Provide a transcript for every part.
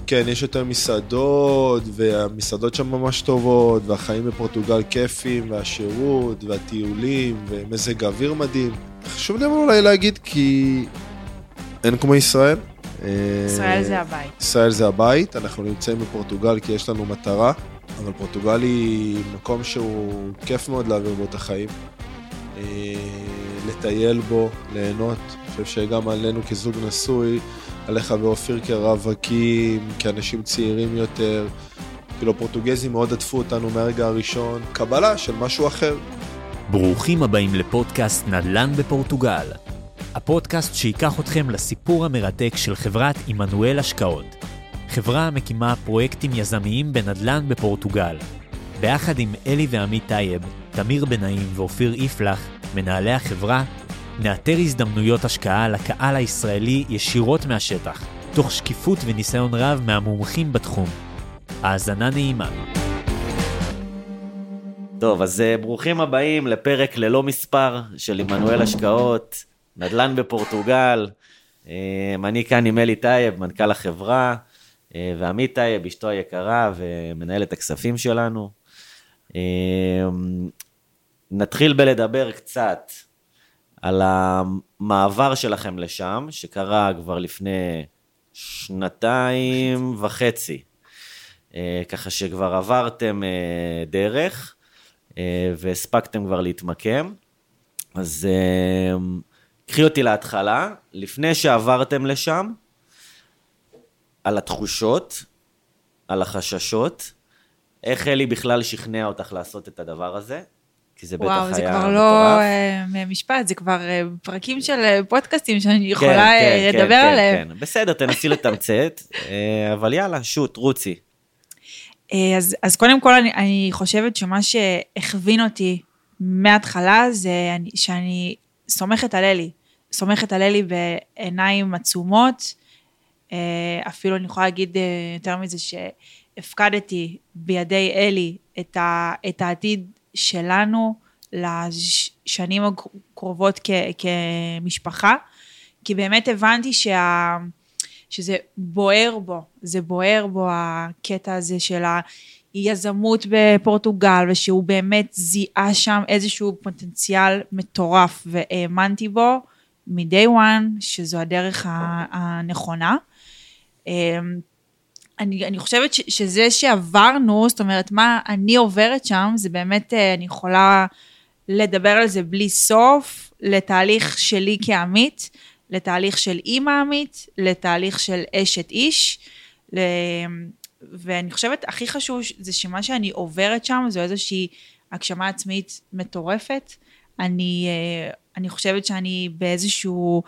כן, יש יותר מסעדות, והמסעדות שם ממש טובות, והחיים בפורטוגל כיפים, והשירות, והטיולים, ומזג האוויר מדהים. חשוב לי אולי להגיד כי אין כמו ישראל. ישראל זה הבית. ישראל זה הבית, אנחנו נמצאים בפורטוגל כי יש לנו מטרה, אבל פורטוגל היא מקום שהוא כיף מאוד להעביר בו את החיים. לטייל בו, ליהנות. אני חושב שגם עלינו כזוג נשוי, עליך ואופיר כרווקים, כאנשים צעירים יותר, כאילו פורטוגזים מאוד עטפו אותנו מהרגע הראשון, קבלה של משהו אחר. ברוכים הבאים לפודקאסט נדל"ן בפורטוגל. הפודקאסט שיקח אתכם לסיפור המרתק של חברת עמנואל השקעות. חברה המקימה פרויקטים יזמיים בנדל"ן בפורטוגל. ביחד עם אלי ועמית טייב, תמיר בנעים ואופיר יפלח, מנהלי החברה, נאתר הזדמנויות השקעה לקהל הישראלי ישירות מהשטח, תוך שקיפות וניסיון רב מהמומחים בתחום. האזנה נעימה. טוב, אז ברוכים הבאים לפרק ללא מספר של עמנואל השקעות, נדל"ן בפורטוגל. אני כאן עם אלי טייב, מנכ"ל החברה, ועמית טייב, אשתו היקרה ומנהלת הכספים שלנו. נתחיל בלדבר קצת על המעבר שלכם לשם, שקרה כבר לפני 2.5 ככה שכבר עברתם דרך, והספקתם כבר להתמקם. אז קחי אותי להתחלה, לפני שעברתם לשם, על התחושות, על החששות, איך אלי בכלל שכנע אותך לעשות את הדבר הזה? כי זה בטח היה מטורף. וואו, זה כבר לא משפט, זה כבר פרקים של פודקאסטים שאני יכולה לדבר עליהם. כן, בסדר, תנסי לתמצת, אבל יאללה, שוט, רוצי. אז קודם כל אני חושבת שמה שהכווין אותי מההתחלה, זה שאני סומכת על אלי בעיניים עצומות, אפילו אני יכולה להגיד יותר מזה שהפקדתי בידי אלי את העתיד שלנו לשנים הקרובות כמשפחה, כי באמת הבנתי שזה בוער בו הקטע הזה של היזמות בפורטוגל, ושהוא באמת זיהה שם איזשהו פוטנציאל מטורף, והאמנתי בו מ-day one שזו הדרך הנכונה. אני חושבת שזה שעברנו, זאת אומרת, מה אני עוברת שם, זה באמת, אני יכולה לדבר על זה בלי סוף, לתהליך שלי כעמית, לתהליך של אימא עמית, לתהליך של אשת איש, ואני חושבת, הכי חשוב זה שמה שאני עוברת שם, זו איזושהי הגשמה עצמית מטורפת. אני חושבת שאני באיזשהו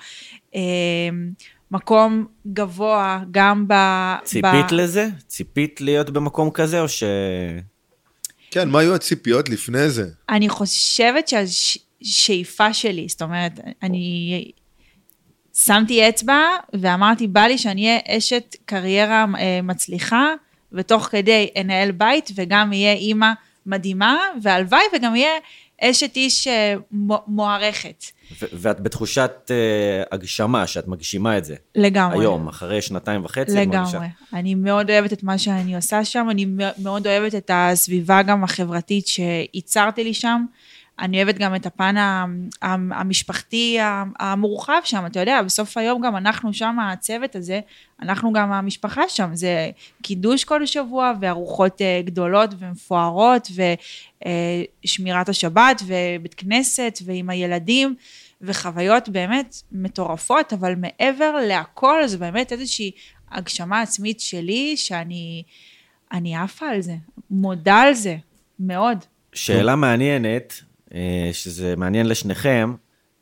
מקום גבוה, גם ציפית לזה? ציפית להיות במקום כזה, או ש... כן, מה היו הציפיות לפני זה? אני חושבת שהשאיפה שלי, זאת אומרת, אני שמתי אצבע, ואמרתי, בא לי שאני אהיה אשת קריירה מצליחה, ותוך כדי אנהל בית, וגם יהיה אימא מדהימה, והלוואי, וגם יהיה אשת איש מוערכת. ואת בתחושת הגשמה, שאת מגשימה את זה. לגמרי. היום, אחרי 2.5. לגמרי. אני מאוד אוהבת את מה שאני עושה שם, אני מאוד אוהבת את הסביבה גם החברתית שייצרתי לי שם, אני אוהבת גם את הפן המשפחתי המורחב שם, אתה יודע, בסוף היום גם אנחנו שם, הצוות הזה, אנחנו גם המשפחה שם, זה קידוש כל שבוע, וארוחות גדולות ומפוארות, ושמירת השבת, ובית כנסת, ועם הילדים, וחוויות באמת מטורפות, אבל מעבר להכל, זה באמת איזושהי הגשמה עצמית שלי, שאני עפה על זה, מודה על זה, מאוד. שאלה מעניינת, שזה מעניין לשניכם,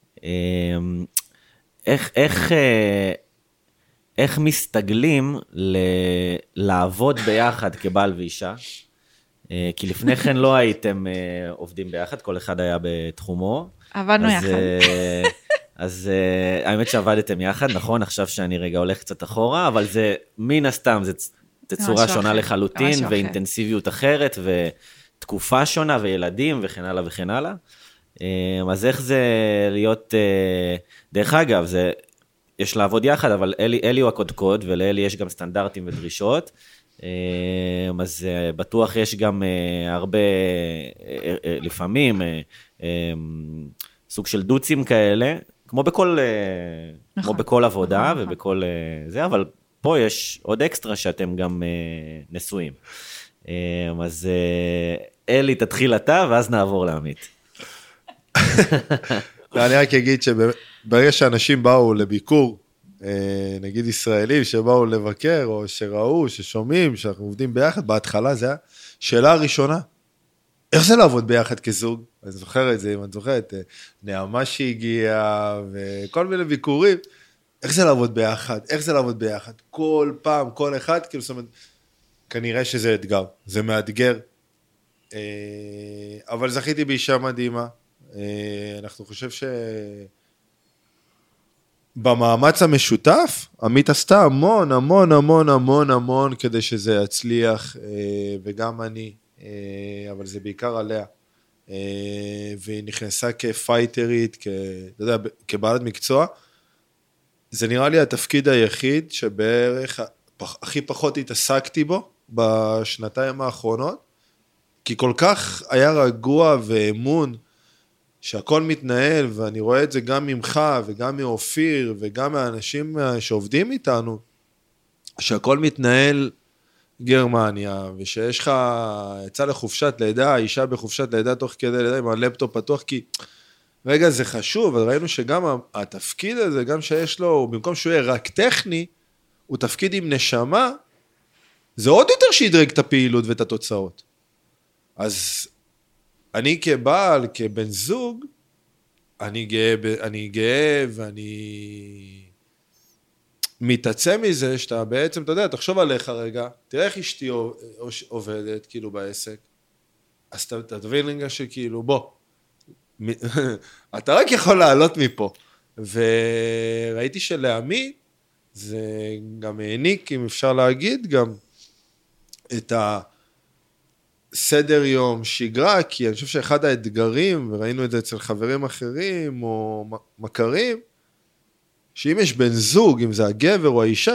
איך מסתגלים לעבוד ביחד כבעל ואישה? כי לפני כן לא הייתם עובדים ביחד, כל אחד היה בתחומו. עבדנו יחד. אז האמת שעבדתם יחד, נכון? עכשיו שאני רגע הולך קצת אחורה, אבל זה מן הסתם, זה תצורה שונה לחלוטין, ואינטנסיביות אחרת, ותקופה שונה, וילדים, וכן הלאה וכן הלאה. אז איך זה להיות, דרך אגב, זה יש לעבוד יחד, אבל אלי הוא הקודקוד, ולאלי יש גם סטנדרטים ודרישות, אז בטוח יש גם הרבה, לפעמים, סוג של דוצים כאלה, כמו בכל עבודה ובכל זה, אבל פה יש עוד אקסטרה שאתם גם נשואים. אז אלי, תתחיל אתה, ואז נעבור לעמית. אני רק אגיד שברגע שאנשים באו לביקור, נגיד ישראלים שבאו לבקר, או שראו, ששומעים, שאנחנו עובדים ביחד, בהתחלה זה היה שאלה הראשונה, איך זה לעבוד ביחד כזוג? אני זוכר את זה, אם אני זוכרת, נעמה שהגיעה, וכל מיני ביקורים, איך זה לעבוד ביחד? איך זה לעבוד ביחד? כל פעם, כל אחד, כאילו, זאת אומרת, כנראה שזה אתגר, זה מאתגר, אבל זכיתי באישה מדהימה, אנחנו חושב במאמץ המשותף, עמית עשתה המון, המון, המון, המון, המון, כדי שזה יצליח, וגם אני, אבל זה בעיקר עליה, והיא נכנסה כפייטרית, אתה יודע, כבעלת מקצוע, זה נראה לי התפקיד היחיד שבערך הכי פחות התעסקתי בו בשנתיים האחרונות, כי כל כך היה רגוע ואמון שהכל מתנהל, ואני רואה את זה גם ממך וגם מאופיר וגם מהאנשים שעובדים איתנו, שהכל מתנהל גרמניה, ושיש לך, יצא לחופשת לידה, אישה בחופשת לידה תוך כדי לידה עם הלפטופ פתוח, כי רגע זה חשוב, אבל ראינו שגם התפקיד הזה, גם שיש לו, במקום שהוא יהיה רק טכני, הוא תפקיד עם נשמה, זה עוד יותר שידרג את הפעילות ואת התוצאות. אז אני כבעל, כבן זוג, אני גאה ואני מתעצם מזה שאתה בעצם, אתה יודע, תחשוב עליך רגע, תראה איך אשתי עובדת כאילו בעסק, אז אתה תבין רגע שכאילו בוא, אתה רק יכול לעלות מפה, וראיתי שלעמי, זה גם העניק, אם אפשר להגיד, גם את סדר יום, שגרה, כי אני חושב שאחד האתגרים, וראינו את זה אצל חברים אחרים, או מכרים, שאם יש בן זוג, אם זה הגבר או האישה,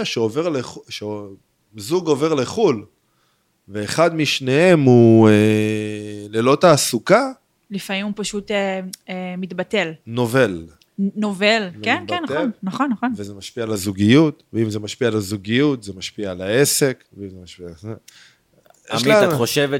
שזוג עובר לחול, ואחד משניהם הוא ללא תעסוקה, לפעמים הוא פשוט מתבטל. נובל. כן, כן, נכון. וזה משפיע על הזוגיות, ואם זה משפיע על הזוגיות, זה משפיע על העסק, ואם זה משפיע על זה. עמית, את חושבת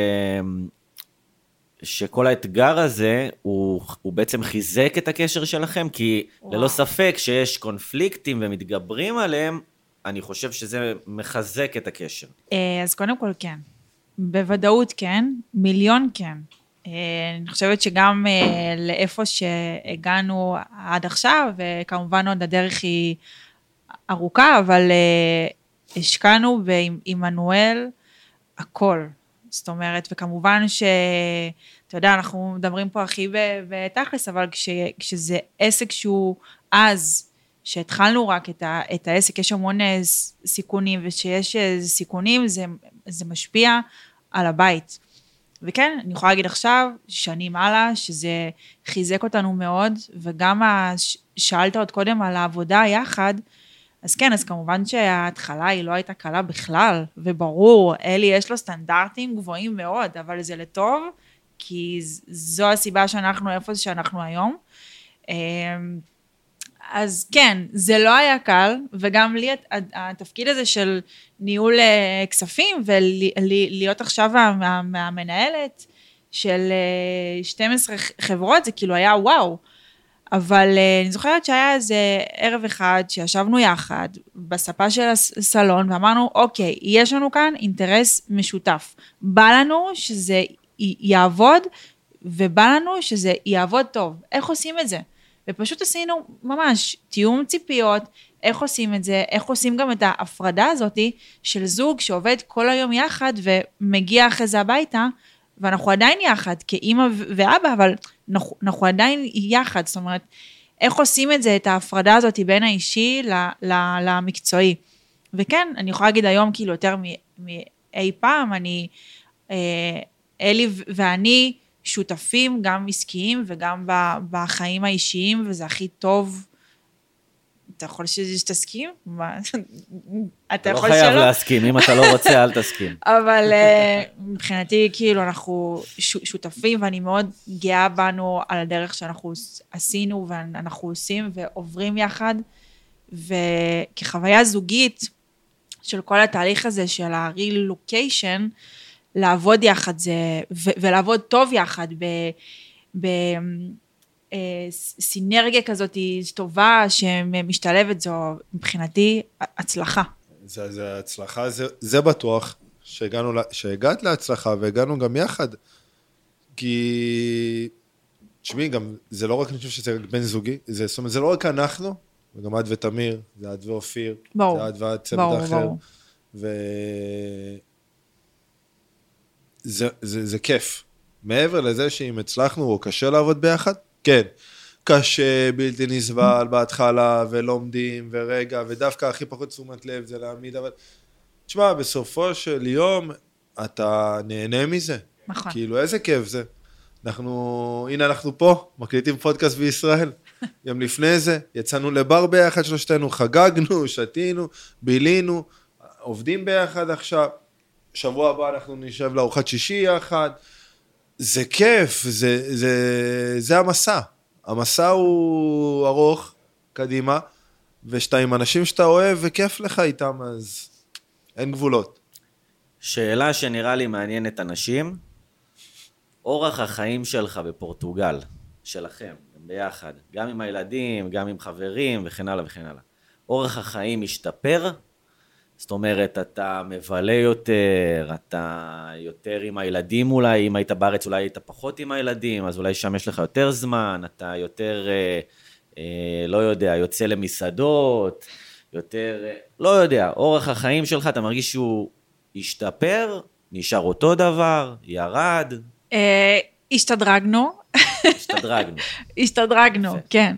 שכל האתגר הזה, הוא בעצם חיזק את הקשר שלכם? כי ללא ספק שיש קונפליקטים ומתגברים עליהם, אני חושב שזה מחזק את הקשר. אז קודם כל כן. בוודאות כן, מיליון כן. אני חושבת שגם לאיפה שהגענו עד עכשיו, וכמובן עוד הדרך היא ארוכה, אבל השקענו בעמנואל הכל. זאת אומרת, וכמובן אתה יודע, אנחנו מדברים פה הכי בתכלס, אבל כשזה עסק שהוא אז, שהתחלנו רק את העסק, יש המון סיכונים, ושיש סיכונים, זה משפיע על הבית. וכן, אני יכולה להגיד עכשיו, שנים הלאה, שזה חיזק אותנו מאוד, וגם שאלת עוד קודם על העבודה יחד, אז כן, אז כמובן שההתחלה היא לא הייתה קלה בכלל, וברור, אלי יש לו סטנדרטים גבוהים מאוד, אבל זה לטוב, כי זו הסיבה שאנחנו איפה שאנחנו היום. אז כן, זה לא היה קל, וגם לי התפקיד הזה של ניהול כספים, ולהיות עכשיו מהמנהלת של 12 חברות, זה כאילו היה וואו. אבל אני זוכרת שהיה איזה ערב אחד שישבנו יחד בספה של הסלון, ואמרנו, אוקיי, יש לנו כאן אינטרס משותף. בא לנו שזה יעבוד, ובא לנו שזה יעבוד טוב. איך עושים את זה? ופשוט עשינו ממש תיאום ציפיות, איך עושים את זה, איך עושים גם את ההפרדה הזאת של זוג שעובד כל היום יחד ומגיע אחרי זה הביתה, ואנחנו עדיין יחד כאמא ואבא, אבל אנחנו עדיין יחד, זאת אומרת, איך עושים את זה, את ההפרדה הזאת בין האישי למקצועי. וכן, אני יכולה להגיד היום כאילו יותר מאי פעם, אלי ואני שותפים גם עסקיים וגם בחיים האישיים, וזה הכי טוב אתה יכול שתסכים? אתה לא חייב להסכים, אם אתה לא רוצה, אל תסכים. אבל מבחינתי, כאילו, אנחנו שותפים, ואני מאוד גאה בנו על הדרך שאנחנו עשינו, ואנחנו עושים ועוברים יחד, וכחוויה זוגית של כל התהליך הזה, של ה-relocation, לעבוד יחד ולעבוד טוב יחד, סינרגיה כזאת טובה שמשתלבת, זו מבחינתי הצלחה. זה הצלחה, זה בטוח שהגעת להצלחה והגענו גם יחד, כי תשמעי, גם זה לא רק, אני חושב שזה בן זוגי, זאת אומרת, זה לא רק אנחנו, וגם את ותמיר, זה את ואופיר, זה את והצוות האחר, זה כיף. מעבר לזה שאם הצלחנו או קשה לעבוד ביחד, כן, קשה, בלתי נסבל בהתחלה, ולומדים, ורגע, ודווקא הכי פחות תשומת לב זה להעמיד, אבל תשמע, בסופו של יום, אתה נהנה מזה. נכון. כאילו, איזה כיף זה. הנה אנחנו פה, מקליטים פודקאסט בישראל. יום לפני זה, יצאנו לבר ביחד שלושתנו, חגגנו, שתינו, בילינו, עובדים ביחד עכשיו. שבוע הבא אנחנו נשב לארוחת שישי יחד. זה כיף, זה המסע. המסע הוא ארוך, קדימה, ושאתה עם אנשים שאתה אוהב וכיף לך איתם, אז אין גבולות. שאלה שנראה לי מעניינת אנשים, אורח החיים שלך בפורטוגל, שלכם, ביחד, גם עם הילדים, גם עם חברים וכן הלאה וכן הלאה. אורח החיים משתפר? זאת אומרת, אתה מבלה יותר, אתה יותר עם הילדים אולי, אם היית בארץ אולי היית פחות עם הילדים, אז אולי שם יש לך יותר זמן, אתה יותר, לא יודע, יוצא למסעדות, יותר, לא יודע, אורח החיים שלך, אתה מרגיש שהוא השתפר, נשאר אותו דבר, ירד? השתדרגנו. השתדרגנו, כן.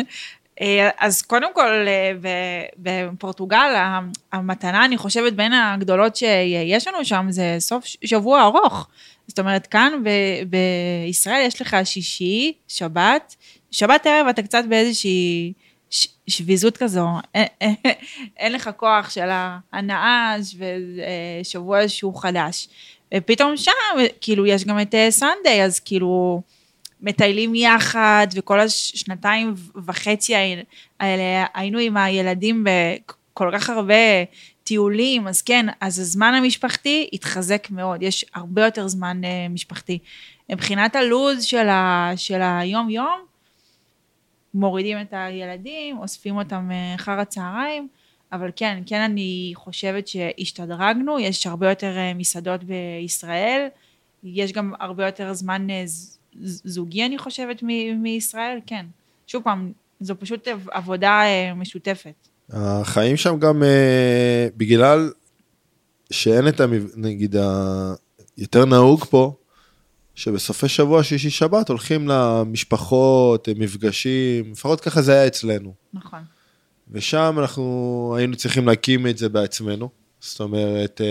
אז קודם כל, בפורטוגל, המתנה, אני חושבת, בין הגדולות שיש לנו שם, זה סוף שבוע ארוך. זאת אומרת, כאן בישראל יש לך שישי, שבת ערב, אתה קצת באיזושהי שביזות כזו, אין לך כוח של ההנאה, ושבוע שהוא חדש. ופתאום שם, כאילו, יש גם את סנדיי, אז כאילו, מטיילים יחד, וכל השנתיים וחצי האלה, היינו עם הילדים בכל כך הרבה טיולים, אז כן, אז הזמן המשפחתי התחזק מאוד, יש הרבה יותר זמן משפחתי. מבחינת הלוז של היום-יום, מורידים את הילדים, אוספים אותם אחר הצהריים, אבל כן, אני חושבת שהשתדרגנו, יש הרבה יותר מסעדות בישראל, יש גם הרבה יותר זמן זוגי, אני חושבת, מישראל, כן. שוב פעם, זו פשוט עבודה משותפת. החיים שם גם, בגלל שאין את נגיד, יותר נהוג פה, שבסופי שבוע, שישי שבת, הולכים למשפחות, מפגשים, לפחות ככה זה היה אצלנו. נכון. ושם אנחנו היינו צריכים להקים את זה בעצמנו, זאת אומרת,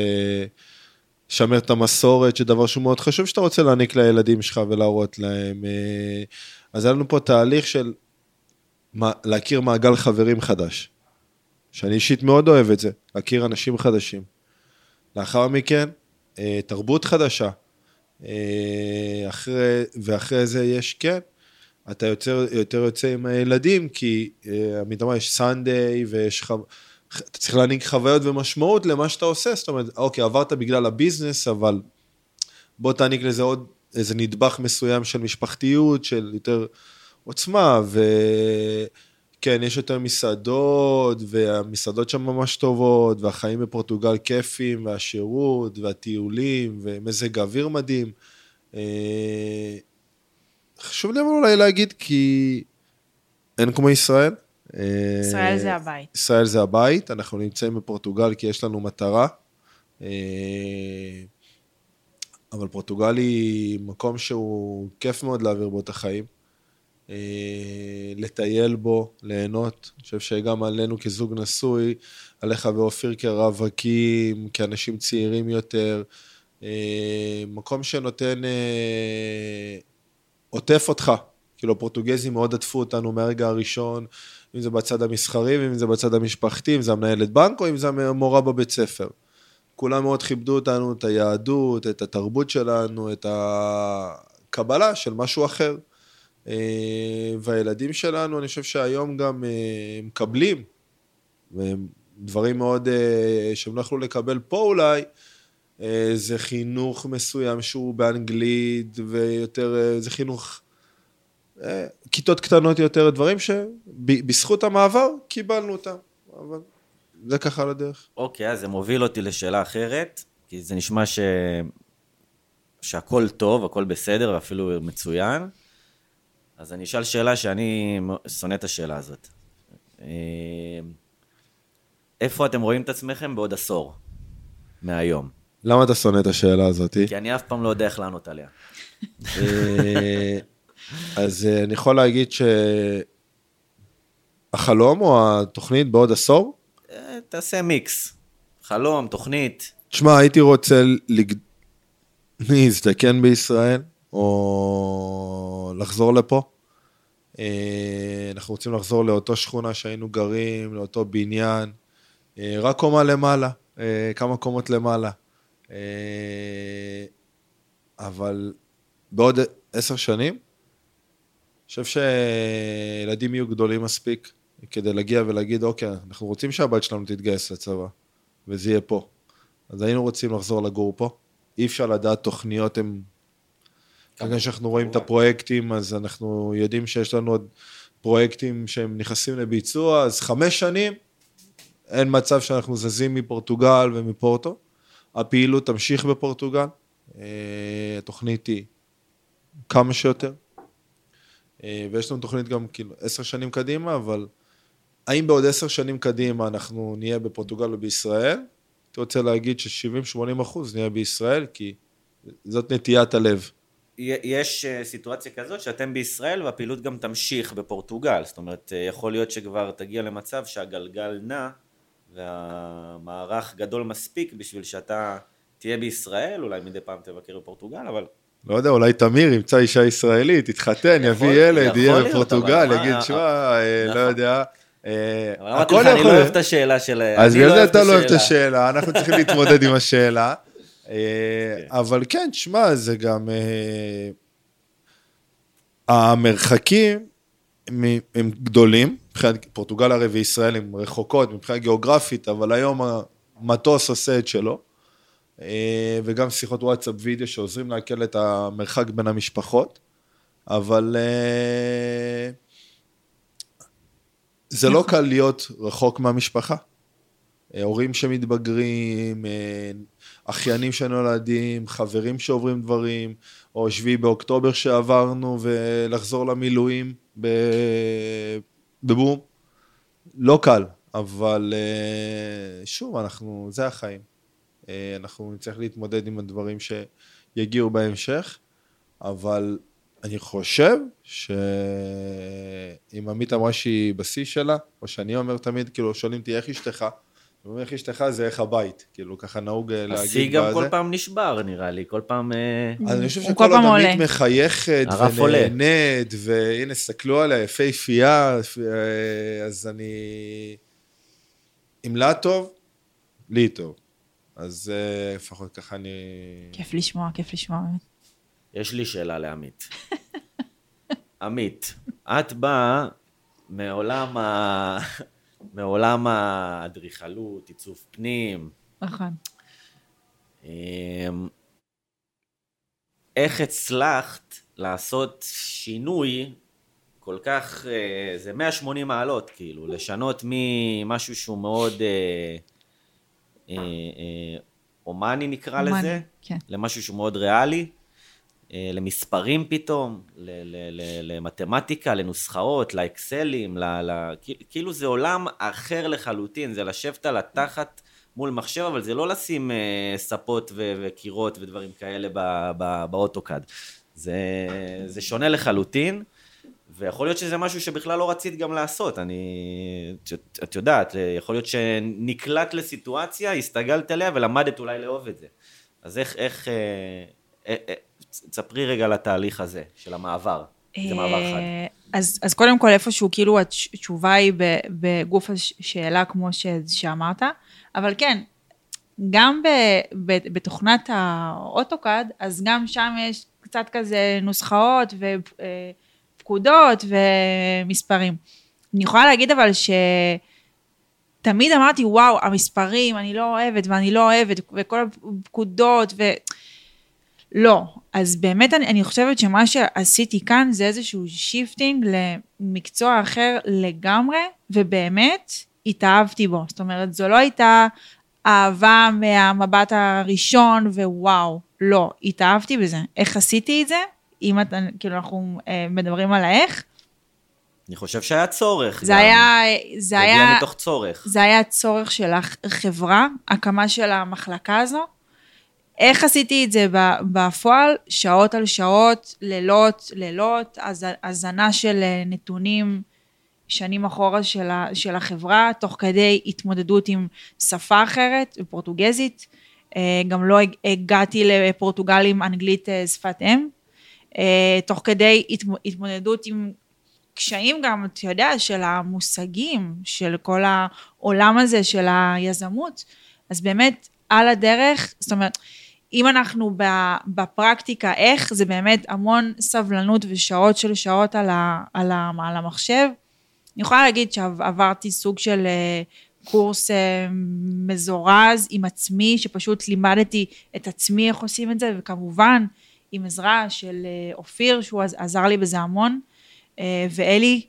שמר את המסורת, שדבר שהוא מאוד חשוב, שאתה רוצה להעניק לילדים שלך ולהראות להם. אז היה לנו פה תהליך של להכיר מעגל חברים חדש, שאני אישית מאוד אוהב את זה, להכיר אנשים חדשים. לאחר מכן, תרבות חדשה, ואחרי זה יש, כן, אתה יותר יוצא עם הילדים, כי המדמה יש סנדיי, אתה צריך להעניק חוויות ומשמעות למה שאתה עושה, זאת אומרת, אוקיי, עברת בגלל הביזנס, אבל בוא תעניק לזה עוד איזה נדבך מסוים של משפחתיות, של יותר עוצמה, וכן, יש יותר מסעדות, והמסעדות שם ממש טובות, והחיים בפורטוגל כיפים, והשירות, והטיולים, ומזג אוויר מדהים. חשוב לי אולי להגיד, כי אין כמו ישראל. ישראל זה הבית. ישראל זה הבית, אנחנו נמצאים בפורטוגל כי יש לנו מטרה, אבל פורטוגל היא מקום שהוא כיף מאוד להעביר בו את החיים, לטייל בו, ליהנות. אני חושב שגם עלינו כזוג נשוי, עליך ואופיר כרווקים, כאנשים צעירים יותר, מקום שנותן, עוטף אותך, כאילו הפורטוגזים מאוד עטפו אותנו מהרגע הראשון, אם זה בצד המסחרי, ואם זה בצד המשפחתי, אם זה המנהלת בנק, או אם זה המורה בבית ספר. כולם מאוד כיבדו אותנו, את היהדות, את התרבות שלנו, את הקבלה של משהו אחר. והילדים שלנו, אני חושב שהיום גם מקבלים, דברים מאוד שהם לא יכלו לקבל פה אולי, זה חינוך מסוים שהוא באנגלית, ויותר, זה חינוך, כיתות קטנות יותר, דברים שבזכות המעבר קיבלנו אותם, אבל זה ככה לדרך. אוקיי, אז זה מוביל אותי לשאלה אחרת, כי זה נשמע שהכל טוב, הכל בסדר, ואפילו מצוין, אז אני אשאל שאלה שאני שונא את השאלה הזאת. איפה אתם רואים את עצמכם בעוד עשור מהיום? למה אתה שונא את השאלה הזאת? כי אני אף פעם לא יודע איך לענות עליה. אז אני יכול להגיד שהחלום או התוכנית בעוד עשור? תעשה מיקס. חלום, תוכנית. תשמע, הייתי רוצה להזדקן בישראל, או לחזור לפה. אנחנו רוצים לחזור לאותו שכונה שהיינו גרים, לאותו בניין, רק קומה למעלה, כמה קומות למעלה. אבל בעוד 10 שנים, אני חושב שילדים יהיו גדולים מספיק, כדי להגיע ולהגיד, אוקיי, אנחנו רוצים שהבת שלנו תתגייס לצבא, וזה יהיה פה. אז היינו רוצים לחזור לגור פה. אי אפשר לדעת תוכניות, כרגע שאנחנו רואים את הפרויקטים, אז אנחנו יודעים שיש לנו עוד פרויקטים שהם נכנסים לביצוע, אז 5 שנים, אין מצב שאנחנו זזים מפורטוגל ומפורטו. הפעילות תמשיך בפורטוגל, התוכנית היא כמה שיותר, ויש לנו תוכנית גם כאילו 10 שנים קדימה, אבל האם בעוד 10 שנים קדימה אנחנו נהיה בפורטוגל ובישראל? אני רוצה להגיד ש70-80% נהיה בישראל, כי זאת נטיית הלב. יש סיטואציה כזאת שאתם בישראל והפעילות גם תמשיך בפורטוגל, זאת אומרת, יכול להיות שכבר תגיע למצב שהגלגל נע, והמערך גדול מספיק בשביל שאתה תהיה בישראל, אולי מדי פעם תבקר בפורטוגל, אבל... לא יודע, אולי תמיר ימצא אישה ישראלית, יתחתן, יביא ילד, יהיה בפורטוגל, יגיד, שמה, לא יודע. אמרתי לך, אני לא אוהב את השאלה של... אז בגלל זה אתה לא אוהב את השאלה, אנחנו צריכים להתמודד עם השאלה. אבל כן, תשמע, זה גם... המרחקים הם גדולים, מבחינת פורטוגל הרי וישראל הם רחוקות, מבחינת גיאוגרפית, אבל היום המטוס עושה את שלו, וגם שיחות וואטסאפ וידאו שעוזרים להקל את המרחק בין המשפחות, אבל זה לא קל להיות רחוק מהמשפחה. הורים שמתבגרים, אחיינים שנולדים, חברים שעוברים דברים, או 7 באוקטובר שעברנו, ולחזור למילואים בבום. לא קל, אבל שוב, זה החיים. אנחנו נצטרך להתמודד עם הדברים שיגיעו בהמשך, אבל אני חושב שאם עמית אמרה שהיא בשיא שלה, או שאני אומר תמיד, כאילו, שואלים אותי איך אשתך, ואומר, אשתך זה איך הבית, כאילו, ככה נהוג להגיד בזה. השיא גם כל פעם נשבר, נראה לי, כל פעם... אז אני חושב שכל עוד עמית מחייכת ונהנית, והנה, סתכלו עליה, יפהפייה, אז אני... אם לה טוב, לי טוב. אז לפחות ככה אני... כיף לשמוע, כיף לשמוע. יש לי שאלה לעמית. עמית, את באה מעולם האדריכלות, עיצוב פנים. נכון. איך הצלחת לעשות שינוי כל כך, זה 180 מעלות, כאילו, לשנות ממשהו שהוא מאוד אומני נקרא לזה, כן. למשהו שהוא מאוד ריאלי, למספרים פתאום, למתמטיקה, לנוסחאות, לאקסלים, כאילו זה עולם אחר לחלוטין, זה לשבת על התחת מול מחשב, אבל זה לא לשים ספות וקירות ודברים כאלה באוטוקד. זה שונה לחלוטין, ויכול להיות שזה משהו שבכלל לא רצית גם לעשות. את יודעת, יכול להיות שנקלט לסיטואציה, הסתגלת עליה ולמדת אולי לאהוב את זה. אז איך תספרי רגע לתהליך הזה של המעבר. זה מעבר חד. אז קודם כל איפשהו, כאילו התשובה היא בגוף השאלה כמו שאמרת, אבל כן, גם בתוכנת האוטוקאד, אז גם שם יש קצת כזה נוסחאות ופקודות ומספרים. אני יכולה להגיד אבל שתמיד אמרתי, וואו, המספרים, אני לא אוהבת ואני לא אוהבת, וכל הפקודות לא, אז באמת אני חושבת שמה שעשיתי כאן זה איזשהו שיפטינג למקצוע אחר לגמרי, ובאמת התאהבתי בו. זאת אומרת, זו לא הייתה אהבה מהמבט הראשון ווואו, לא, התאהבתי בזה. איך עשיתי את זה? אם כאילו אנחנו מדברים על האיך. אני חושב שהיה צורך. זה היה מתוך צורך. זה היה צורך של החברה, הקמה של המחלקה הזו. איך עשיתי את זה בפועל? שעות על שעות, לילות, הזנה של נתונים שנים אחורה של החברה, תוך כדי התמודדות עם שפה אחרת, פורטוגזית. גם לא הגעתי לפורטוגל עם אנגלית שפת אם. תוך כדי התמודדות עם קשיים גם, אתה יודע, של המושגים, של כל העולם הזה, של היזמות. אז באמת, על הדרך, זאת אומרת, אם אנחנו בפרקטיקה, איך, זה באמת המון סבלנות ושעות של שעות על המחשב. אני יכולה להגיד שעברתי סוג של קורס מזורז עם עצמי, שפשוט לימדתי את עצמי איך עושים את זה, וכמובן עם עזרה של אופיר, שהוא עזר לי בזה המון, ואלי,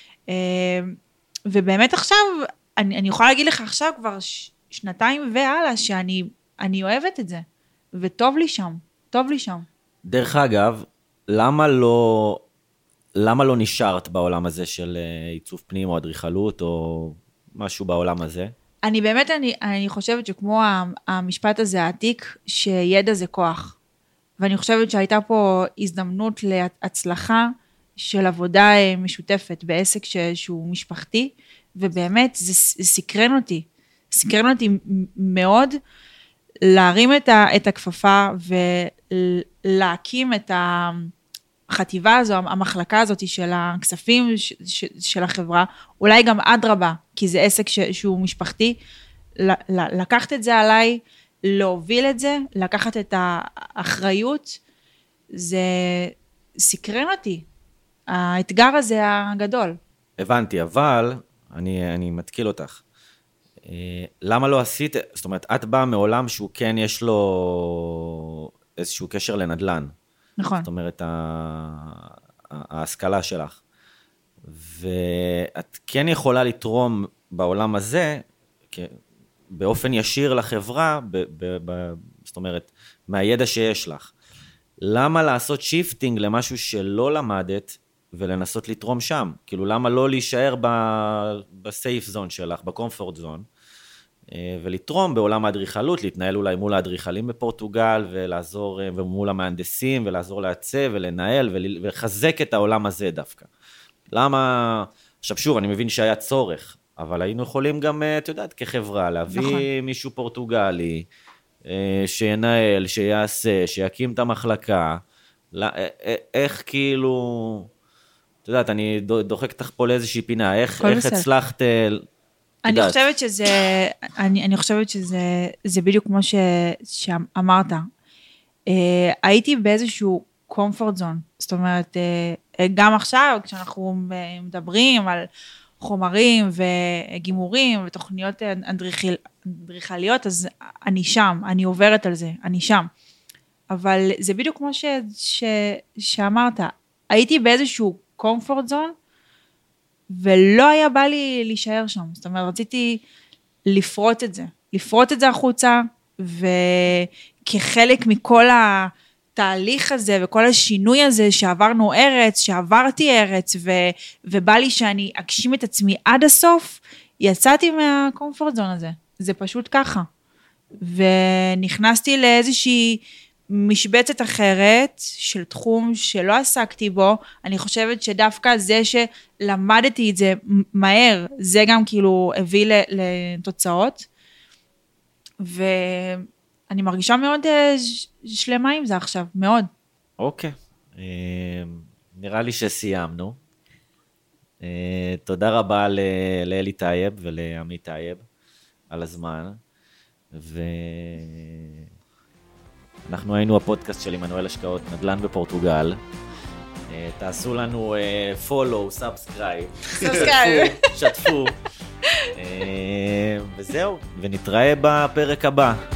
ובאמת עכשיו, אני יכולה להגיד לך עכשיו כבר שנתיים והלאה, שאני אוהבת את זה. וטוב לי שם, טוב לי שם. דרך אגב, למה לא נשארת בעולם הזה של עיצוב פנים או אדריכלות או משהו בעולם הזה? אני באמת, אני חושבת שכמו המשפט הזה העתיק, שידע זה כוח. ואני חושבת שהייתה פה הזדמנות להצלחה של עבודה משותפת בעסק שהוא משפחתי, ובאמת זה סקרן אותי מאוד, להרים את הכפפה ולהקים את החטיבה הזו, המחלקה הזאת של הכספים של החברה, אולי גם אדרבה, כי זה עסק שהוא משפחתי, לקחת את זה עליי, להוביל את זה, לקחת את האחריות, זה סקרן אותי, האתגר הזה הגדול. הבנתי, אבל אני מתקיל אותך. למה לא עשית, זאת אומרת, את באה מעולם שהוא כן יש לו איזשהו קשר לנדלן. נכון. זאת אומרת, ההשכלה שלך. ואת כן יכולה לתרום בעולם הזה, באופן ישיר לחברה, זאת אומרת, מהידע שיש לך. למה לעשות שיפטינג למשהו שלא למדת, ולנסות לתרום שם? כאילו, למה לא להישאר בסייף זון שלך, בקומפורט זון, ולתרום בעולם האדריכלות, להתנהל אולי מול האדריכלים בפורטוגל, ולעזור, ומול המהנדסים, ולעזור לעצב, ולנהל, ולחזק את העולם הזה דווקא. למה, עכשיו שוב, אני מבין שהיה צורך, אבל היינו יכולים גם, את יודעת, כחברה, להביא נכון. מישהו פורטוגלי, שינהל, שיעשה, שיקים את המחלקה, איך כאילו, את יודעת, אני דוחק אותך פה לאיזושהי פינה, איך הצלחת, אני חושבת שזה בדיוק כמו שאמרת. הייתי באיזשהו comfort zone, זאת אומרת, גם עכשיו, כשאנחנו מדברים על חומרים וגימורים ותוכניות אדריכליות, אז אני שם, אני עוברת על זה, אני שם. אבל זה בדיוק כמו שאמרת, הייתי באיזשהו comfort zone, ולא היה בא לי להישאר שם. זאת אומרת, רציתי לפרוט את זה החוצה, וכחלק מכל התהליך הזה, וכל השינוי הזה שעברנו ארץ, שעברתי ארץ, ובא לי שאני אגשים את עצמי עד הסוף, יצאתי מהקומפורט זון הזה. זה פשוט ככה. ונכנסתי לאיזושהי משבצת אחרת של תחום שלא עסקתי בו, אני חושבת שדווקא זה שלמדתי את זה מהר, זה גם כאילו הביא לתוצאות, ואני מרגישה מאוד שלמה עם זה עכשיו, מאוד. אוקיי, נראה לי שסיימנו. תודה רבה לאלי טייב ולעמי טייב על הזמן. ואנחנו היינו הפודקאסט של עמנואל השקעות נדל"ן בפורטוגל. תעשו לנו follow, subscribe, שתפו. וזהו, ונתראה בפרק הבא.